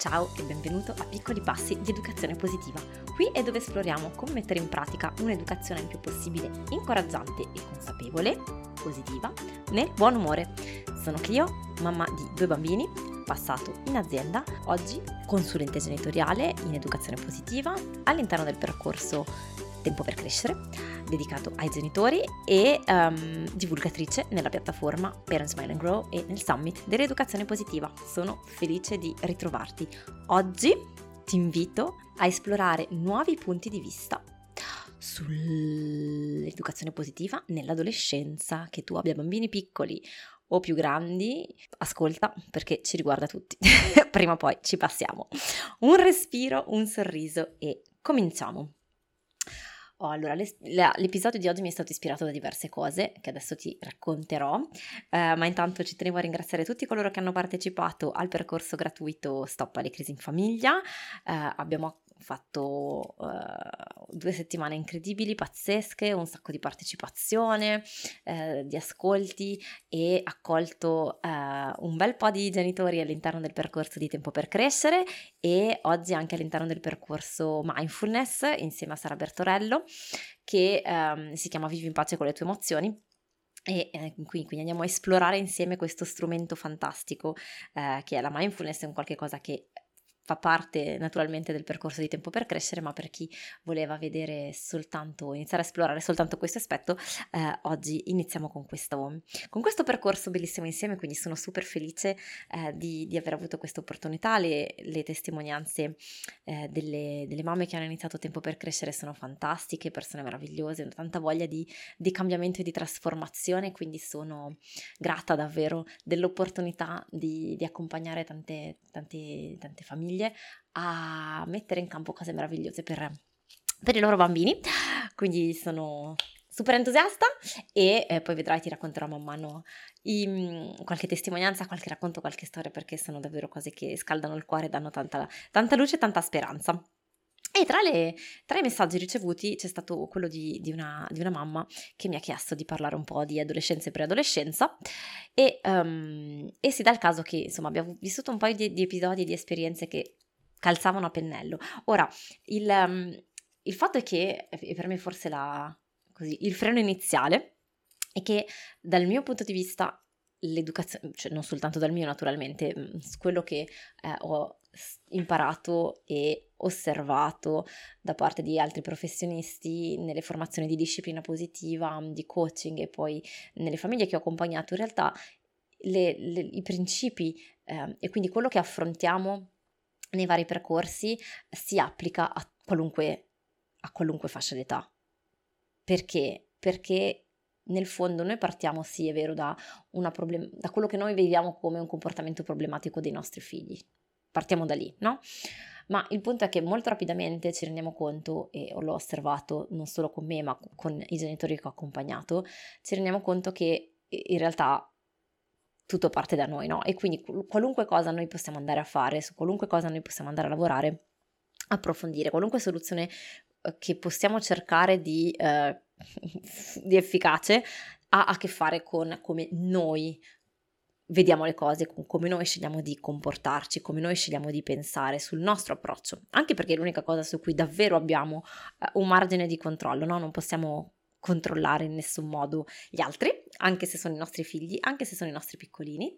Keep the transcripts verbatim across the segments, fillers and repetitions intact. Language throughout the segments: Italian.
Ciao e benvenuto a Piccoli Passi di Educazione Positiva. Qui è dove esploriamo come mettere in pratica un'educazione il più possibile incoraggiante e consapevole, positiva, nel buon umore. Sono Clio, mamma di due bambini, passato in azienda, oggi consulente genitoriale in educazione positiva all'interno del percorso Tempo per Crescere, dedicato ai genitori e um, divulgatrice nella piattaforma Parent Smile and Grow e nel Summit dell'educazione positiva. Sono felice di ritrovarti. Oggi ti invito a esplorare nuovi punti di vista sull'educazione positiva nell'adolescenza. Che tu abbia bambini piccoli o più grandi, ascolta perché ci riguarda tutti. Prima o poi ci passiamo. Un respiro, un sorriso e cominciamo. Oh, allora, l'episodio di oggi mi è stato ispirato da diverse cose che adesso ti racconterò, eh, ma intanto ci tenevo a ringraziare tutti coloro che hanno partecipato al percorso gratuito Stop alle crisi in famiglia. Eh, abbiamo fatto uh, due settimane incredibili, pazzesche, un sacco di partecipazione, eh, di ascolti e accolto uh, un bel po' di genitori all'interno del percorso di Tempo per Crescere e oggi anche all'interno del percorso Mindfulness insieme a Sara Bertorello che um, si chiama Vivi in pace con le tue emozioni. E eh, quindi, quindi andiamo a esplorare insieme questo strumento fantastico eh, che è la mindfulness, è un qualche cosa che fa parte naturalmente del percorso di Tempo per Crescere, ma per chi voleva vedere soltanto, iniziare a esplorare soltanto questo aspetto, eh, oggi iniziamo con questo, con questo percorso bellissimo insieme, quindi sono super felice eh, di, di aver avuto questa opportunità. Le, le testimonianze eh, delle, delle mamme che hanno iniziato Tempo per Crescere sono fantastiche, persone meravigliose, hanno tanta voglia di, di cambiamento e di trasformazione, quindi sono grata davvero dell'opportunità di, di accompagnare tante, tante, tante famiglie a mettere in campo cose meravigliose per, per i loro bambini, quindi sono super entusiasta e eh, poi vedrai, ti racconterò man mano i, qualche testimonianza, qualche racconto, qualche storia, perché sono davvero cose che scaldano il cuore e danno tanta, tanta luce e tanta speranza. E tra, le, tra i messaggi ricevuti c'è stato quello di, di, una, di una mamma che mi ha chiesto di parlare un po' di adolescenza e preadolescenza e, um, e si dà il caso che insomma abbiamo vissuto un paio di, di episodi, di esperienze che calzavano a pennello. Ora, il, um, il fatto è che, e per me forse la, così, il freno iniziale, è che dal mio punto di vista l'educazione, cioè non soltanto dal mio naturalmente, quello che eh, ho imparato e osservato da parte di altri professionisti nelle formazioni di disciplina positiva, di coaching e poi nelle famiglie che ho accompagnato, in realtà le, le, i principi eh, e quindi quello che affrontiamo nei vari percorsi si applica a qualunque, a qualunque fascia d'età. Perché? Perché nel fondo noi partiamo, sì è vero, da, una problem- da quello che noi vediamo come un comportamento problematico dei nostri figli. Partiamo da lì, no? Ma il punto è che molto rapidamente ci rendiamo conto, e l'ho osservato non solo con me ma con i genitori che ho accompagnato, ci rendiamo conto che in realtà tutto parte da noi, no? E quindi qualunque cosa noi possiamo andare a fare, su qualunque cosa noi possiamo andare a lavorare, approfondire, qualunque soluzione che possiamo cercare di, eh, di efficace ha a che fare con come noi vediamo le cose, con come noi scegliamo di comportarci, come noi scegliamo di pensare, sul nostro approccio, anche perché è l'unica cosa su cui davvero abbiamo eh, un margine di controllo, no? Non possiamo controllare in nessun modo gli altri, anche se sono i nostri figli, anche se sono i nostri piccolini.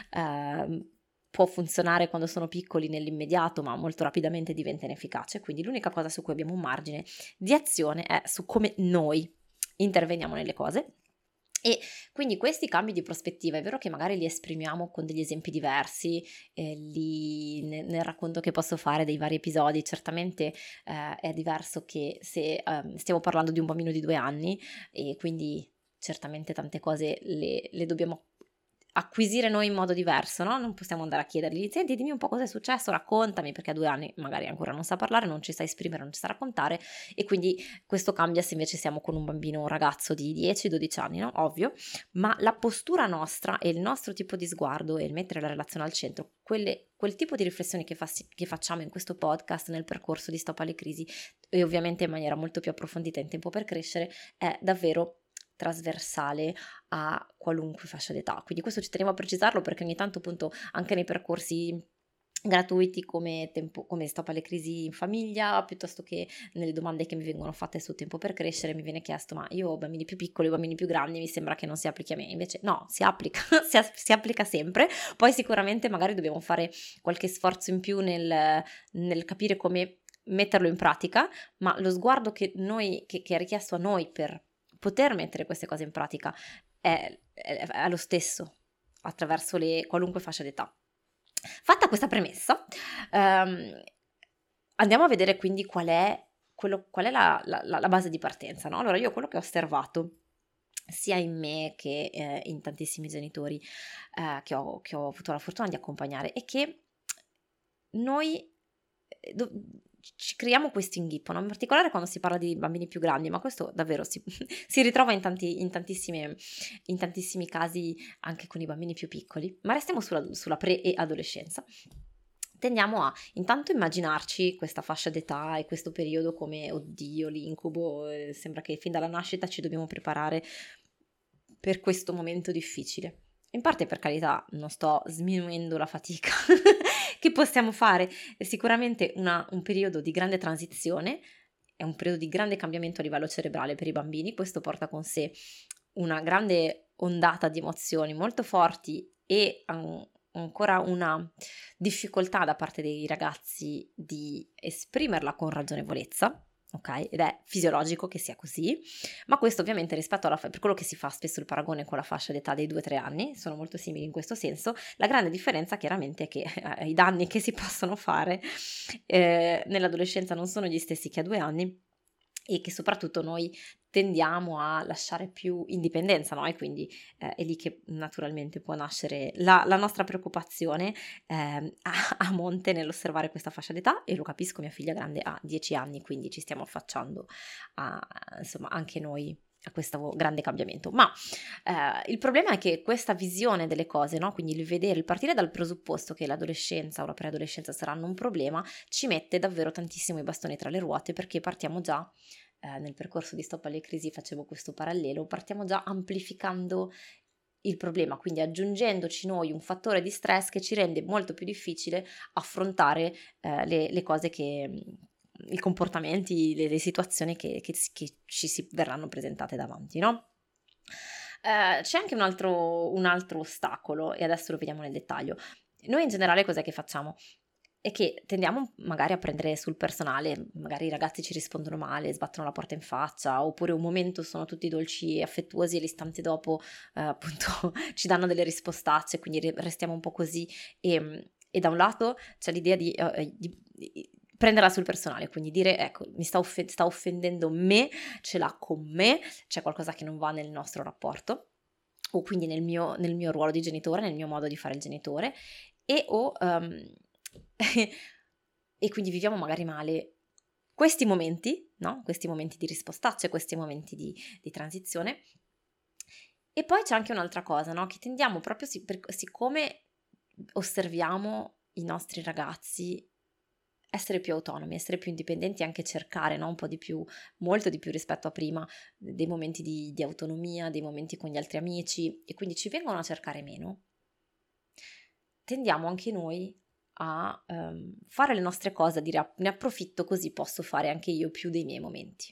Uh, può funzionare quando sono piccoli nell'immediato, ma molto rapidamente diventa inefficace, quindi l'unica cosa su cui abbiamo un margine di azione è su come noi interveniamo nelle cose. E quindi questi cambi di prospettiva è vero che magari li esprimiamo con degli esempi diversi, eh, li, nel, nel racconto che posso fare dei vari episodi, certamente eh, è diverso che se eh, stiamo parlando di un bambino di due anni e quindi certamente tante cose le, le dobbiamo acquisire noi in modo diverso, no? Non possiamo andare a chiedergli, senti, dimmi un po' cosa è successo, raccontami, perché a due anni magari ancora non sa parlare, non ci sa esprimere, non ci sa raccontare e quindi questo cambia se invece siamo con un bambino, un ragazzo di dieci dodici anni, no? Ovvio, ma la postura nostra e il nostro tipo di sguardo e il mettere la relazione al centro, quelle, quel tipo di riflessioni che, fa, che facciamo in questo podcast, nel percorso di Stop alle crisi e ovviamente in maniera molto più approfondita in Tempo per Crescere, è davvero trasversale a qualunque fascia d'età, quindi questo ci tenevo a precisarlo perché ogni tanto appunto anche nei percorsi gratuiti come tempo come Stop alle crisi in famiglia, piuttosto che nelle domande che mi vengono fatte su Tempo per crescere mi viene chiesto: "Ma io ho bambini più piccoli, bambini più grandi, mi sembra che non si applichi a me." Invece no, si applica, si a si applica sempre. Poi sicuramente magari dobbiamo fare qualche sforzo in più nel nel capire come metterlo in pratica, ma lo sguardo che noi che che è richiesto a noi per poter mettere queste cose in pratica è è è lo stesso attraverso le qualunque fascia d'età. Fatta questa premessa, ehm, andiamo a vedere quindi qual è quello qual è la la la la base di partenza, no, allora io quello che ho osservato sia in me che, ehm, in tantissimi genitori, ehm, che ho che ho avuto la fortuna di accompagnare, è che noi, ehm, do ci creiamo questo inghippo, no, in particolare quando si parla di bambini più grandi, ma questo davvero si si ritrova in tanti in tantissime in tantissimi casi anche con i bambini più piccoli, ma restiamo sulla sulla pre e adolescenza. Tendiamo a intanto immaginarci questa fascia d'età e questo periodo come: "Oddio, l'incubo, ehm, sembra che fin dalla nascita ci dobbiamo preparare per questo momento difficile." In parte, per carità, non sto sminuendo la fatica che possiamo fare, è sicuramente una un periodo di grande transizione, è un periodo di grande cambiamento a livello cerebrale per i bambini, questo porta con sé una grande ondata di emozioni molto forti e an ancora una difficoltà da parte dei ragazzi di esprimerla con ragionevolezza, okay, ed è fisiologico che sia così, ma questo ovviamente rispetto alla fa per quello che si fa spesso il paragone con la fascia d'età dei due tre anni, sono molto simili in questo senso, la grande differenza chiaramente è che, eh, i danni che si possono fare, ehm, nell'adolescenza non sono gli stessi che a due anni e che soprattutto noi tendiamo a lasciare più indipendenza, no, e quindi, ehm, è lì che naturalmente può nascere la la nostra preoccupazione, ehm, a a monte nell'osservare questa fascia d'età e lo capisco, mia figlia grande ha dieci anni, quindi ci stiamo affacciando a insomma anche noi a questo grande cambiamento. Ma, ehm, il problema è che questa visione delle cose, no, quindi il vedere, il partire dal presupposto che l'adolescenza o la preadolescenza saranno un problema, ci mette davvero tantissimo i bastoni tra le ruote, perché partiamo già ehm, nel percorso di Stop alle crisi facevo questo parallelo, partiamo già amplificando il problema, quindi aggiungendoci noi un fattore di stress che ci rende molto più difficile affrontare, ehm, le le cose che mhmm, i comportamenti, le le situazioni che che s che ci si verranno presentate davanti, no? Ehm, c'è anche un altro un altro ostacolo e adesso lo vediamo nel dettaglio. Noi in generale cos'è che facciamo? È che tendiamo magari a prendere sul personale, magari i ragazzi ci rispondono male, sbattono la porta in faccia, oppure un momento sono tutti dolci e affettuosi e l'istante dopo, ehm, appunto ci danno delle rispostacce, quindi re restiamo un po' così, ehm, e da un lato c'è l'idea di uhm, ehm, di di prenderla sul personale, quindi dire: "Ecco, mi sta offe sta offendendo me, ce l'ha con me, c'è qualcosa che non va nel nostro rapporto, o quindi nel mio nel mio ruolo di genitore, nel mio modo di fare il genitore", e o, uhm e quindi viviamo magari male questi momenti, no, questi momenti di rispostacce, questi momenti di di transizione. E poi c'è anche un'altra cosa, no, che tendiamo proprio si per siccome osserviamo i nostri ragazzi essere più autonomi, essere più indipendenti e anche cercare, no, un po' di più molto di più rispetto a prima, dei momenti di di autonomia, dei momenti con gli altri amici e quindi ci vengono a cercare meno, tendiamo anche noi a, ehm, fare le nostre cose, a dire: "A ne approfitto così posso fare anche io più dei miei momenti."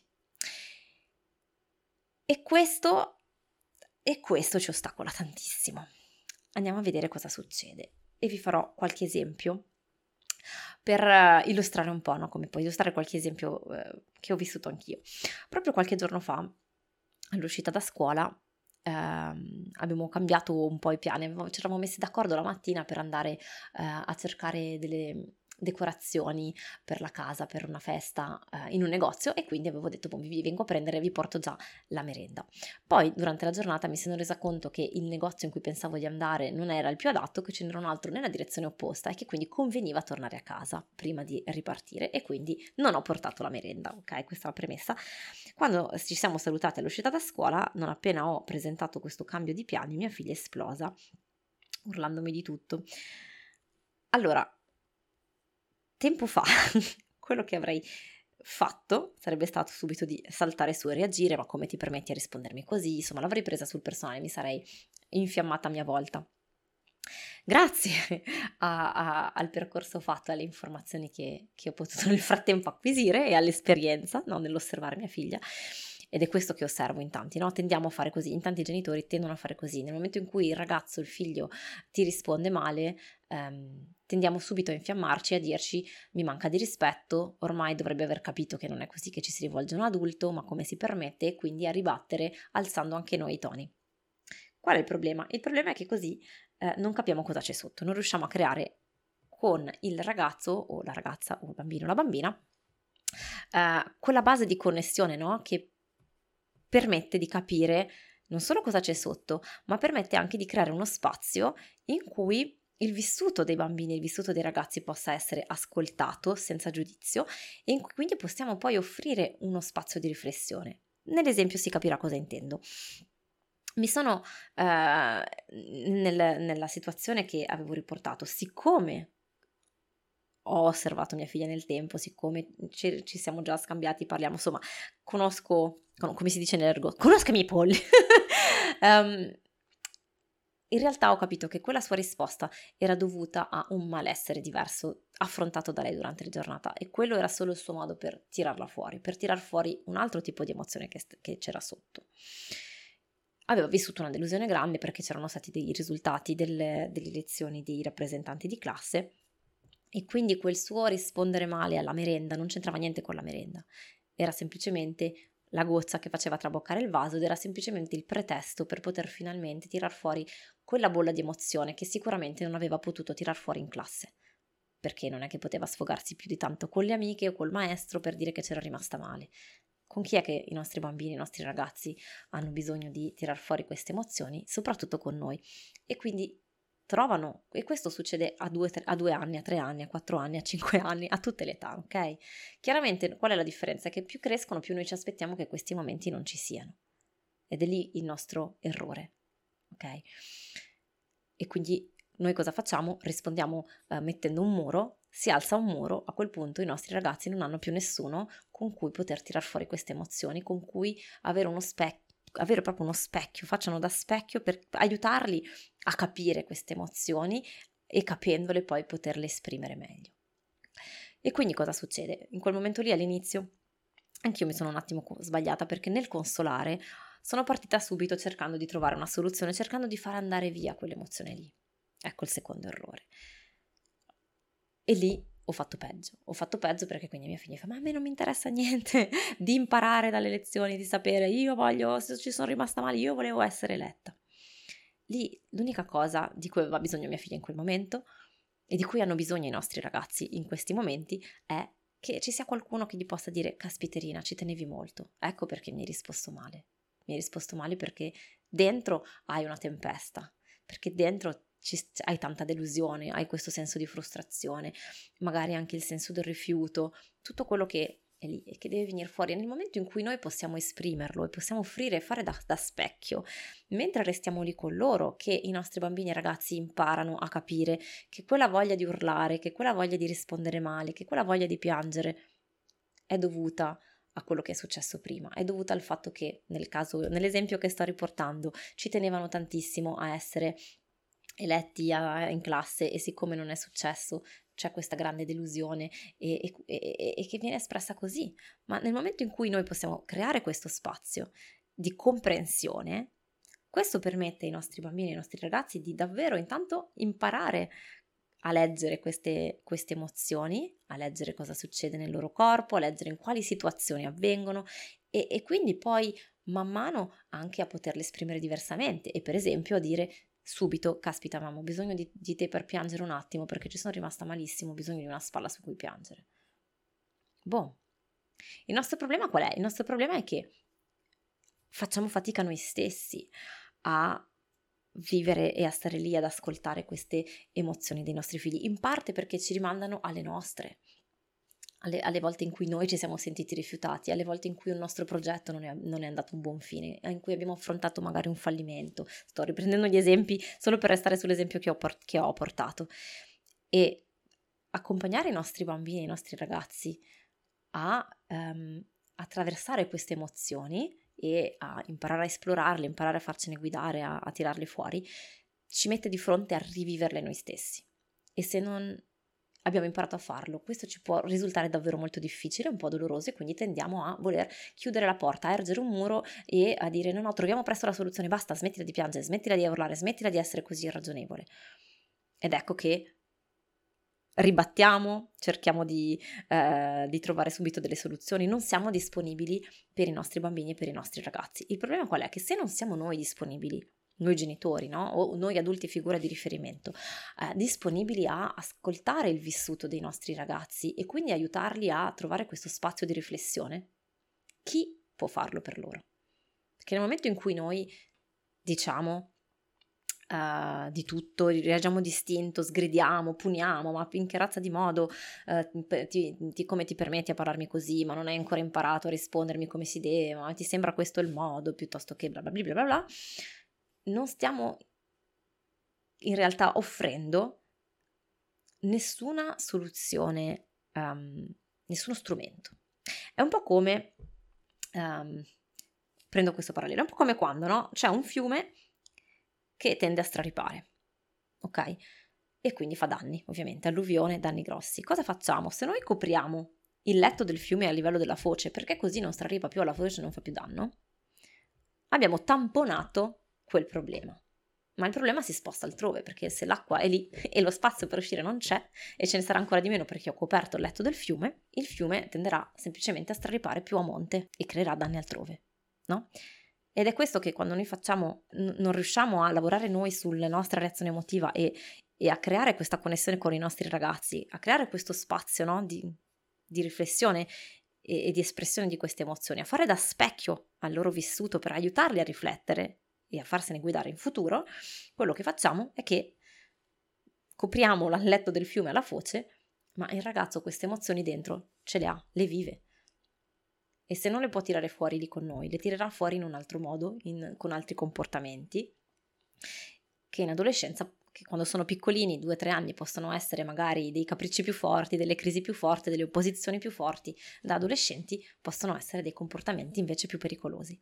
E questo e questo ci ostacola tantissimo. Andiamo a vedere cosa succede e vi farò qualche esempio per eh, illustrare un po', no, come puoi illustrare qualche esempio, ehm, che ho vissuto anch'io. Proprio qualche giorno fa, all'uscita da scuola, ehm, abbiamo cambiato un po' i piani, avevo ci eravamo messi d'accordo la mattina per andare, ehm, a cercare delle decorazioni per la casa, per una festa, ehm, in un negozio e quindi avevo detto: "Boh, vi vengo a prendere e vi porto già la merenda." Poi durante la giornata mi sono resa conto che il negozio in cui pensavo di andare non era il più adatto, che ce n'era un altro nella direzione opposta e che quindi conveniva tornare a casa prima di ripartire e quindi non ho portato la merenda, okay, questa è la premessa. Quando ci siamo salutate all'uscita da scuola, non appena ho presentato questo cambio di piani, mia figlia è esplosa, urlandomi di tutto. Allora, tempo fa quello che avrei fatto sarebbe stato subito di saltare su e reagire: "Ma come ti permetti a rispondermi così?" Insomma, l'avrei presa sul personale, mi sarei infiammata a mia volta. grazie a- a- al percorso fatto, alle informazioni che, che ho potuto nel frattempo acquisire e all'esperienza, no, nell'osservare mia figlia. Ed è questo che osservo in tanti, no? Tendiamo a fare così, in tanti genitori tendono a fare così. Nel momento in cui il ragazzo, il figlio ti risponde male, ehm, tendiamo subito a infiammarci e a dirci mi manca di rispetto, ormai dovrebbe aver capito che non è così che ci si rivolge a un adulto, ma come si permette, e quindi a ribattere alzando anche noi i toni. Qual è il problema? Il problema è che così eh, non capiamo cosa c'è sotto, non riusciamo a creare con il ragazzo o la ragazza o il bambino o la bambina eh, quella base di connessione, no? Che permette di capire non solo cosa c'è sotto, ma permette anche di creare uno spazio in cui il vissuto dei bambini, il vissuto dei ragazzi possa essere ascoltato senza giudizio e in cui quindi possiamo poi offrire uno spazio di riflessione. Nell'esempio si capirà cosa intendo. Mi sono eh, nel, nella situazione che avevo riportato, siccome ho osservato mia figlia nel tempo, siccome ci, ci siamo già scambiati, parliamo, insomma, conosco, con- come si dice nell'ergo, conosco i miei polli. Ehm, in realtà ho capito che quella sua risposta era dovuta a un malessere diverso affrontato da lei durante la giornata e quello era solo il suo modo per tirarla fuori, per tirar fuori un altro tipo di emozione che, st- che c'era sotto. Aveva vissuto una delusione grande perché c'erano stati dei risultati delle, delle elezioni dei rappresentanti di classe e quindi quel suo rispondere male alla merenda non c'entrava niente con la merenda, era semplicemente la goccia che faceva traboccare il vaso ed era semplicemente il pretesto per poter finalmente tirar fuori quella bolla di emozione che sicuramente non aveva potuto tirar fuori in classe, perché non è che poteva sfogarsi più di tanto con le amiche o col maestro per dire che c'era rimasta male. Con chi è che i nostri bambini, i nostri ragazzi hanno bisogno di tirar fuori queste emozioni? Soprattutto con noi. E quindi trovano, e questo succede a due, tre, a due anni, a tre anni, a quattro anni, a cinque anni, a tutte le età, ok? Chiaramente qual è la differenza? Che più crescono, più noi ci aspettiamo che questi momenti non ci siano. Ed è lì il nostro errore, ok? E quindi noi cosa facciamo? Rispondiamo eh, mettendo un muro, si alza un muro, a quel punto i nostri ragazzi non hanno più nessuno con cui poter tirar fuori queste emozioni, con cui avere uno specchio, avere proprio uno specchio, facciano da specchio per aiutarli a capire queste emozioni e capendole poi poterle esprimere meglio. E quindi cosa succede? In quel momento lì all'inizio anch'io mi sono un attimo sbagliata perché nel consolare sono partita subito cercando di trovare una soluzione, cercando di far andare via quell'emozione lì. Ecco il secondo errore. E lì ho fatto peggio, ho fatto peggio perché quindi mia figlia fa ma a me non mi interessa niente di imparare dalle lezioni, di sapere io voglio, se ci sono rimasta male, io volevo essere eletta. Lì l'unica cosa di cui aveva bisogno mia figlia in quel momento e di cui hanno bisogno i nostri ragazzi in questi momenti è che ci sia qualcuno che gli possa dire caspiterina, ci tenevi molto, ecco perché mi hai risposto male. Mi hai risposto male perché dentro hai una tempesta, perché dentro ci, hai tanta delusione, hai questo senso di frustrazione, magari anche il senso del rifiuto, tutto quello che è lì e che deve venire fuori. E nel momento in cui noi possiamo esprimerlo e possiamo offrire e fare da, da specchio, mentre restiamo lì con loro, che i nostri bambini e ragazzi imparano a capire che quella voglia di urlare, che quella voglia di rispondere male, che quella voglia di piangere è dovuta a quello che è successo prima, è dovuta al fatto che nel caso, nell'esempio che sto riportando, ci tenevano tantissimo a essere eletti a, in classe e siccome non è successo c'è questa grande delusione e, e, e, e che viene espressa così, ma nel momento in cui noi possiamo creare questo spazio di comprensione, questo permette ai nostri bambini e ai nostri ragazzi di davvero intanto imparare a leggere queste, queste emozioni, a leggere cosa succede nel loro corpo, a leggere in quali situazioni avvengono e, e quindi poi man mano anche a poterle esprimere diversamente e per esempio a dire subito, caspita mamma, ho bisogno di, di te per piangere un attimo perché ci sono rimasta malissimo, ho bisogno di una spalla su cui piangere. Boh. Il nostro problema qual è? Il nostro problema è che facciamo fatica noi stessi a vivere e a stare lì ad ascoltare queste emozioni dei nostri figli, in parte perché ci rimandano alle nostre, alle, alle volte in cui noi ci siamo sentiti rifiutati, alle volte in cui un nostro progetto non è, non è andato a buon fine, in cui abbiamo affrontato magari un fallimento. Sto riprendendo gli esempi solo per restare sull'esempio che ho, port- che ho portato. E accompagnare i nostri bambini, i nostri ragazzi a um, attraversare queste emozioni e a imparare a esplorarle, imparare a farcene guidare, a, a tirarle fuori, ci mette di fronte a riviverle noi stessi. E se non abbiamo imparato a farlo, questo ci può risultare davvero molto difficile, un po' doloroso, e quindi tendiamo a voler chiudere la porta, a ergere un muro e a dire no, no, troviamo presto la soluzione, basta, smettila di piangere, smettila di urlare, smettila di essere così irragionevole. Ed ecco che ribattiamo, cerchiamo di, eh, di trovare subito delle soluzioni, non siamo disponibili per i nostri bambini e per i nostri ragazzi. Il problema qual è? Che se non siamo noi disponibili, noi genitori, no? O noi adulti figura di riferimento, eh, disponibili a ascoltare il vissuto dei nostri ragazzi e quindi aiutarli a trovare questo spazio di riflessione, chi può farlo per loro? Perché nel momento in cui noi diciamo Uh, di tutto, reagiamo distinto, sgridiamo, puniamo, ma in che razza di modo uh, ti, ti, come ti permetti a parlarmi così, ma non hai ancora imparato a rispondermi come si deve, ma ti sembra questo il modo, piuttosto che bla bla bla bla bla, non stiamo in realtà offrendo nessuna soluzione, um, nessuno strumento. È un po' come, um, prendo questo parallelo, è un po' come quando, no? C'è un fiume che tende a straripare, ok? E quindi fa danni, ovviamente, alluvione, danni grossi. Cosa facciamo? Se noi copriamo il letto del fiume a livello della foce, perché così non straripa più alla foce e non fa più danno, abbiamo tamponato quel problema. Ma il problema si sposta altrove, perché se l'acqua è lì e lo spazio per uscire non c'è, e ce ne sarà ancora di meno perché ho coperto il letto del fiume, il fiume tenderà semplicemente a straripare più a monte e creerà danni altrove, no? Ed è questo che quando noi facciamo, n- non riusciamo a lavorare noi sulla nostra reazione emotiva e, e a creare questa connessione con i nostri ragazzi, a creare questo spazio, no, di, di riflessione e, e di espressione di queste emozioni, a fare da specchio al loro vissuto per aiutarli a riflettere e a farsene guidare in futuro, quello che facciamo è che copriamo il letto del fiume alla foce, ma il ragazzo queste emozioni dentro ce le ha, le vive. E se non le può tirare fuori lì con noi, le tirerà fuori in un altro modo, in, con altri comportamenti, che in adolescenza, che quando sono piccolini, due o tre anni, possono essere magari dei capricci più forti, delle crisi più forti, delle opposizioni più forti, da adolescenti possono essere dei comportamenti invece più pericolosi.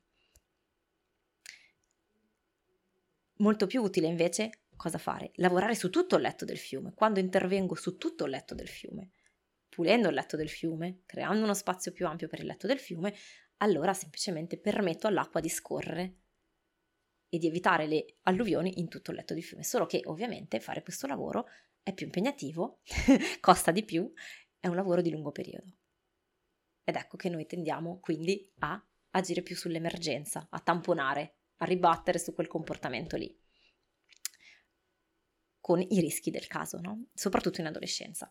Molto più utile invece cosa fare? Lavorare su tutto il letto del fiume. Quando intervengo su tutto il letto del fiume, pulendo il letto del fiume, creando uno spazio più ampio per il letto del fiume, allora semplicemente permetto all'acqua di scorrere e di evitare le alluvioni in tutto il letto di fiume. Solo che ovviamente fare questo lavoro è più impegnativo, costa di più, è un lavoro di lungo periodo. Ed ecco che noi tendiamo quindi a agire più sull'emergenza, a tamponare, a ribattere su quel comportamento lì, con i rischi del caso, no? Soprattutto in adolescenza.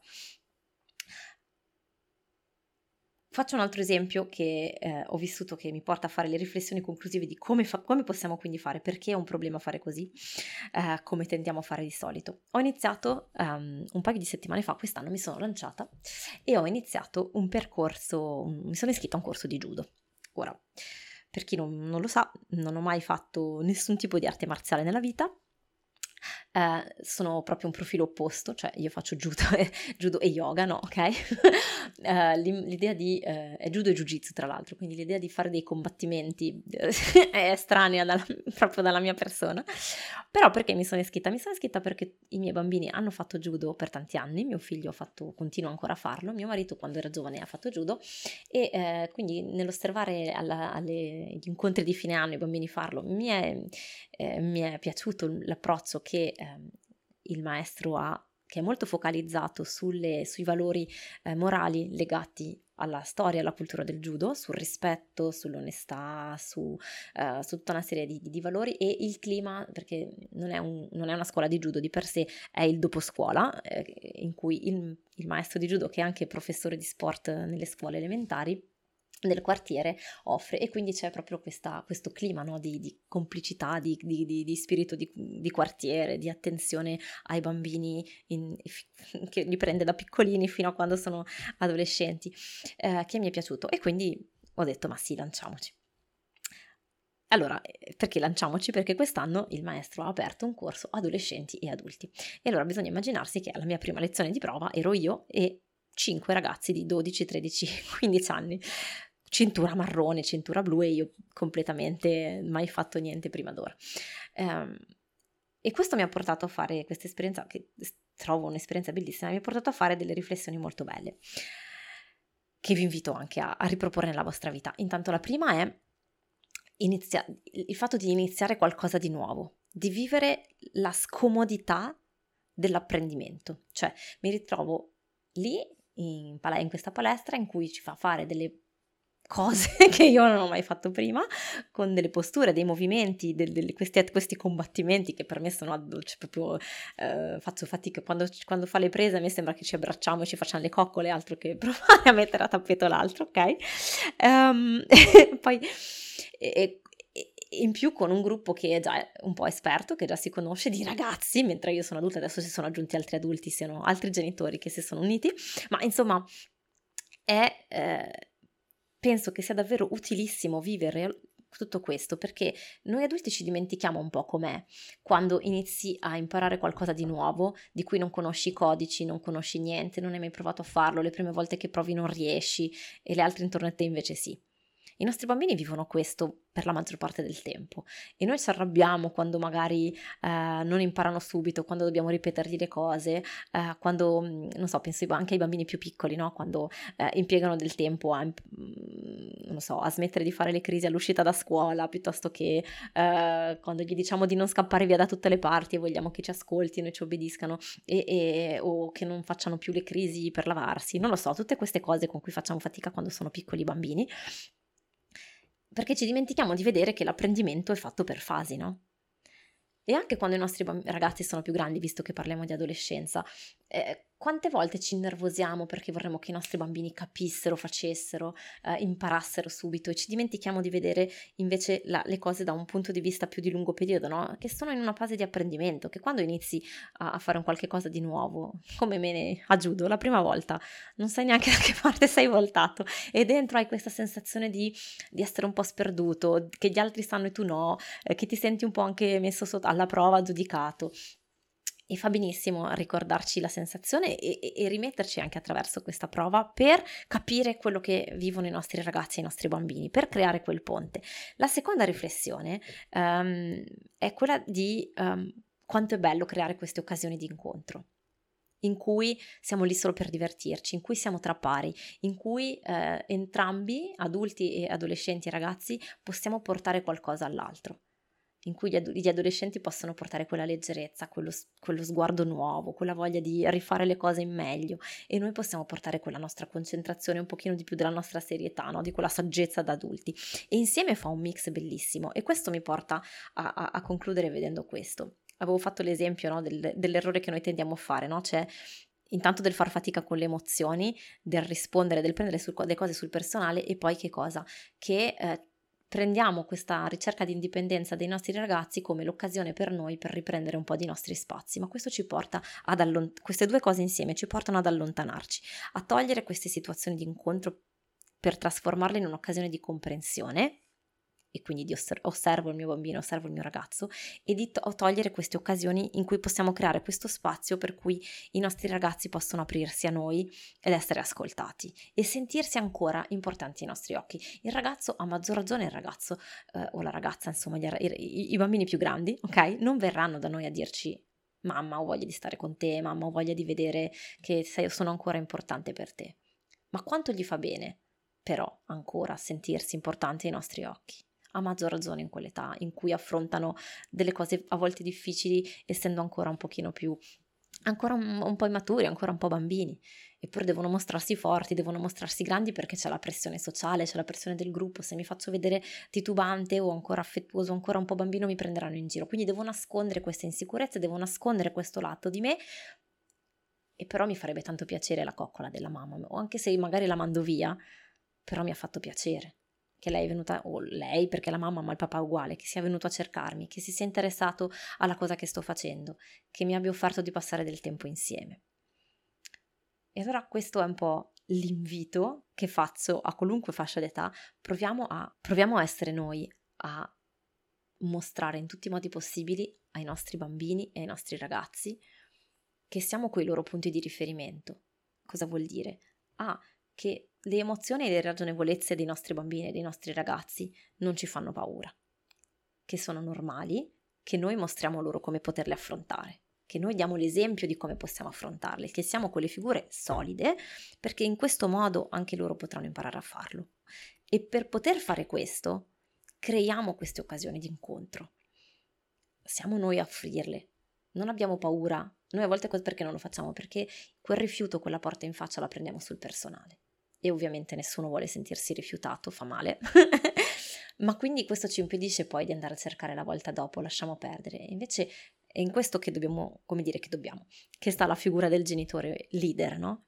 Faccio un altro esempio che eh, ho vissuto, che mi porta a fare le riflessioni conclusive di come, fa- come possiamo quindi fare, perché è un problema fare così, eh, come tendiamo a fare di solito. Ho iniziato um, un paio di settimane fa, quest'anno mi sono lanciata e ho iniziato un percorso, un, mi sono iscritta a un corso di judo. Ora, per chi non, non lo sa, non ho mai fatto nessun tipo di arte marziale nella vita. Uh, sono proprio un profilo opposto, cioè io faccio judo, judo e yoga, no, ok? uh, l'idea di, uh, è judo e jiu-jitsu tra l'altro, quindi l'idea di fare dei combattimenti è estranea dalla, proprio dalla mia persona. Però perché mi sono iscritta? Mi sono iscritta perché i miei bambini hanno fatto judo per tanti anni, mio figlio ha fatto, continua ancora a farlo, mio marito quando era giovane ha fatto judo e uh, quindi nell'osservare alla, alle, gli incontri di fine anno i bambini farlo mi è, eh, mi è piaciuto l'approccio che ehm, il maestro ha, che è molto focalizzato sulle, sui valori eh, morali legati alla storia, alla cultura del judo, sul rispetto, sull'onestà, su, uh, su tutta una serie di, di valori, e il clima, perché non è, un, non è una scuola di judo di per sé, è il doposcuola, eh, in cui il, il maestro di judo, che è anche professore di sport nelle scuole elementari del quartiere, offre, e quindi c'è proprio questa, questo clima, no, di, di complicità, di, di, di, di spirito di, di quartiere, di attenzione ai bambini in, che li prende da piccolini fino a quando sono adolescenti, eh, che mi è piaciuto, e quindi ho detto ma sì, lanciamoci. Allora, perché lanciamoci? Perché quest'anno il maestro ha aperto un corso adolescenti e adulti, e allora bisogna immaginarsi che alla mia prima lezione di prova ero io e cinque ragazzi di dodici, tredici, quindici anni, cintura marrone, cintura blu, e io completamente mai fatto niente prima d'ora. Um, E questo mi ha portato a fare questa esperienza, che trovo un'esperienza bellissima, mi ha portato a fare delle riflessioni molto belle, che vi invito anche a, a riproporre nella vostra vita. Intanto la prima è inizia- il fatto di iniziare qualcosa di nuovo, di vivere la scomodità dell'apprendimento. Cioè mi ritrovo lì in, pala- in questa palestra in cui ci fa fare delle cose che io non ho mai fatto prima, con delle posture, dei movimenti, del, del, questi, questi combattimenti che per me sono cioè, proprio eh, faccio fatica quando, quando fa le prese. A me sembra che ci abbracciamo e ci facciamo le coccole, altro che provare a mettere a tappeto l'altro, ok? Um, poi e, e, in più con un gruppo che è già un po' esperto, che già si conosce, di ragazzi, mentre io sono adulta, adesso si sono aggiunti altri adulti, siano altri genitori che si sono uniti, ma insomma è... Eh, penso che sia davvero utilissimo vivere tutto questo, perché noi adulti ci dimentichiamo un po' com'è quando inizi a imparare qualcosa di nuovo, di cui non conosci i codici, non conosci niente, non hai mai provato a farlo, le prime volte che provi non riesci e le altre intorno a te invece sì. I nostri bambini vivono questo per la maggior parte del tempo e noi ci arrabbiamo quando magari eh, non imparano subito, quando dobbiamo ripetergli le cose, eh, quando, non so, penso anche ai bambini più piccoli, no? Quando eh, impiegano del tempo a, non so, a smettere di fare le crisi all'uscita da scuola, piuttosto che eh, quando gli diciamo di non scappare via da tutte le parti e vogliamo che ci ascoltino e ci obbediscano, e, e, o che non facciano più le crisi per lavarsi, non lo so, tutte queste cose con cui facciamo fatica quando sono piccoli bambini, perché ci dimentichiamo di vedere che l'apprendimento è fatto per fasi, no? E anche quando i nostri bamb- ragazzi sono più grandi, visto che parliamo di adolescenza, eh, quante volte ci innervosiamo perché vorremmo che i nostri bambini capissero, facessero, eh, imparassero subito, e ci dimentichiamo di vedere invece la- le cose da un punto di vista più di lungo periodo, no? Che sono in una fase di apprendimento, che quando inizi a, a fare un qualche cosa di nuovo, come me ne a judo, la prima volta non sai neanche da che parte sei voltato e dentro hai questa sensazione di, di essere un po' sperduto, che gli altri sanno e tu no, eh, che ti senti un po' anche messo sotto alla prova, giudicato. E fa benissimo ricordarci la sensazione e, e, e rimetterci anche attraverso questa prova per capire quello che vivono i nostri ragazzi e i nostri bambini, per creare quel ponte. La seconda riflessione um, è quella di um, quanto è bello creare queste occasioni di incontro, in cui siamo lì solo per divertirci, in cui siamo tra pari, in cui eh, entrambi, adulti e adolescenti e ragazzi, possiamo portare qualcosa all'altro, in cui gli, ad- gli adolescenti possono portare quella leggerezza, quello, quello sguardo nuovo, quella voglia di rifare le cose in meglio, e noi possiamo portare quella nostra concentrazione, un pochino di più della nostra serietà, no? Di quella saggezza da adulti, e insieme fa un mix bellissimo. E questo mi porta a, a, a concludere vedendo questo. Avevo fatto l'esempio, no, del, dell'errore che noi tendiamo a fare, no? Cioè intanto del far fatica con le emozioni, del rispondere, del prendere sul, le cose sul personale, e poi che cosa? Che eh, prendiamo questa ricerca di indipendenza dei nostri ragazzi come l'occasione per noi per riprendere un po' di nostri spazi, ma questo ci porta ad allontanarci, queste due cose insieme ci portano ad allontanarci, a togliere queste situazioni di incontro per trasformarle in un'occasione di comprensione, e quindi di osser- osservo il mio bambino, osservo il mio ragazzo, e di to- togliere queste occasioni in cui possiamo creare questo spazio per cui i nostri ragazzi possono aprirsi a noi ed essere ascoltati e sentirsi ancora importanti ai nostri occhi. Il ragazzo, a maggior ragione il ragazzo eh, o la ragazza, insomma gli, i, i bambini più grandi, ok? Non verranno da noi a dirci: mamma, ho voglia di stare con te, mamma, ho voglia di vedere che sei, sono ancora importante per te. Ma quanto gli fa bene però ancora sentirsi importanti ai nostri occhi? A maggior ragione in quell'età in cui affrontano delle cose a volte difficili, essendo ancora un pochino più, ancora un, un po' immaturi, ancora un po' bambini, eppure devono mostrarsi forti, devono mostrarsi grandi, perché c'è la pressione sociale, c'è la pressione del gruppo. Se mi faccio vedere titubante o ancora affettuoso, ancora un po' bambino, mi prenderanno in giro, quindi devo nascondere queste insicurezze, devo nascondere questo lato di me. E però mi farebbe tanto piacere la coccola della mamma, o anche se magari la mando via, però mi ha fatto piacere che lei è venuta, o lei perché la mamma ma il papà è uguale, che sia venuto a cercarmi, che si sia interessato alla cosa che sto facendo, che mi abbia offerto di passare del tempo insieme. E allora questo è un po' l'invito che faccio a qualunque fascia d'età: proviamo a, proviamo a essere noi, a mostrare in tutti i modi possibili ai nostri bambini e ai nostri ragazzi che siamo quei loro punti di riferimento. Cosa vuol dire? Ah, che le emozioni e le ragionevolezze dei nostri bambini e dei nostri ragazzi non ci fanno paura, che sono normali, che noi mostriamo loro come poterle affrontare, che noi diamo l'esempio di come possiamo affrontarle, che siamo quelle figure solide, perché in questo modo anche loro potranno imparare a farlo. E per poter fare questo, creiamo queste occasioni di incontro. Siamo noi a offrirle. Non abbiamo paura. Noi a volte perché non lo facciamo? Perché quel rifiuto, quella porta in faccia la prendiamo sul personale. E ovviamente nessuno vuole sentirsi rifiutato, fa male. Ma quindi questo ci impedisce poi di andare a cercare la volta dopo, lasciamo perdere. Invece è in questo che dobbiamo, come dire che dobbiamo, che sta la figura del genitore leader, no?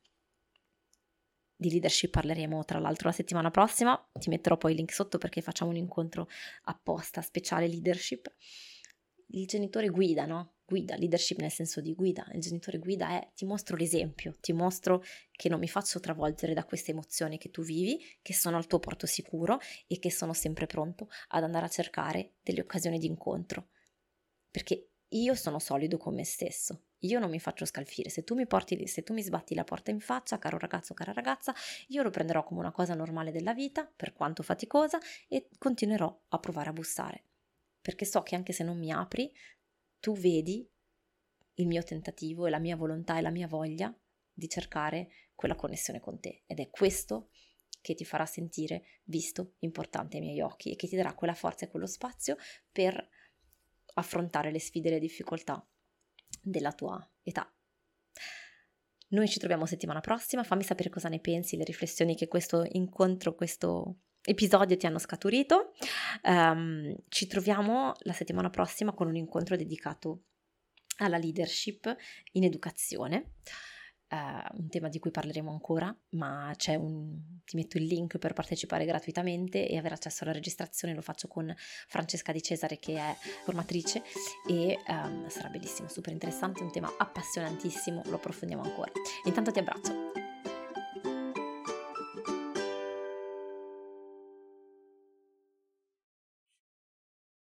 Di leadership parleremo tra l'altro la settimana prossima, ti metterò poi il link sotto perché facciamo un incontro apposta, speciale leadership. Il genitore guida, no? Guida, leadership nel senso di guida. Il genitore guida è ti mostro l'esempio, ti mostro che non mi faccio travolgere da queste emozioni che tu vivi, che sono al tuo porto sicuro e che sono sempre pronto ad andare a cercare delle occasioni di incontro. Perché io sono solido con me stesso, io non mi faccio scalfire. Se tu mi porti, se tu mi sbatti la porta in faccia, caro ragazzo, cara ragazza, io lo prenderò come una cosa normale della vita, per quanto faticosa, e continuerò a provare a bussare. Perché so che anche se non mi apri, tu vedi il mio tentativo e la mia volontà e la mia voglia di cercare quella connessione con te. Ed è questo che ti farà sentire visto, importante ai miei occhi e che ti darà quella forza e quello spazio per affrontare le sfide e le difficoltà della tua età. Noi ci troviamo settimana prossima, fammi sapere cosa ne pensi, le riflessioni che questo incontro, questo episodio ti hanno scaturito. Um, ci troviamo la settimana prossima con un incontro dedicato alla leadership in educazione, uh, un tema di cui parleremo ancora, ma c'è un, ti metto il link per partecipare gratuitamente e avere accesso alla registrazione. Lo faccio con Francesca Di Cesare, che è formatrice, e um, sarà bellissimo, super interessante, un tema appassionantissimo, lo approfondiamo ancora. Intanto ti abbraccio.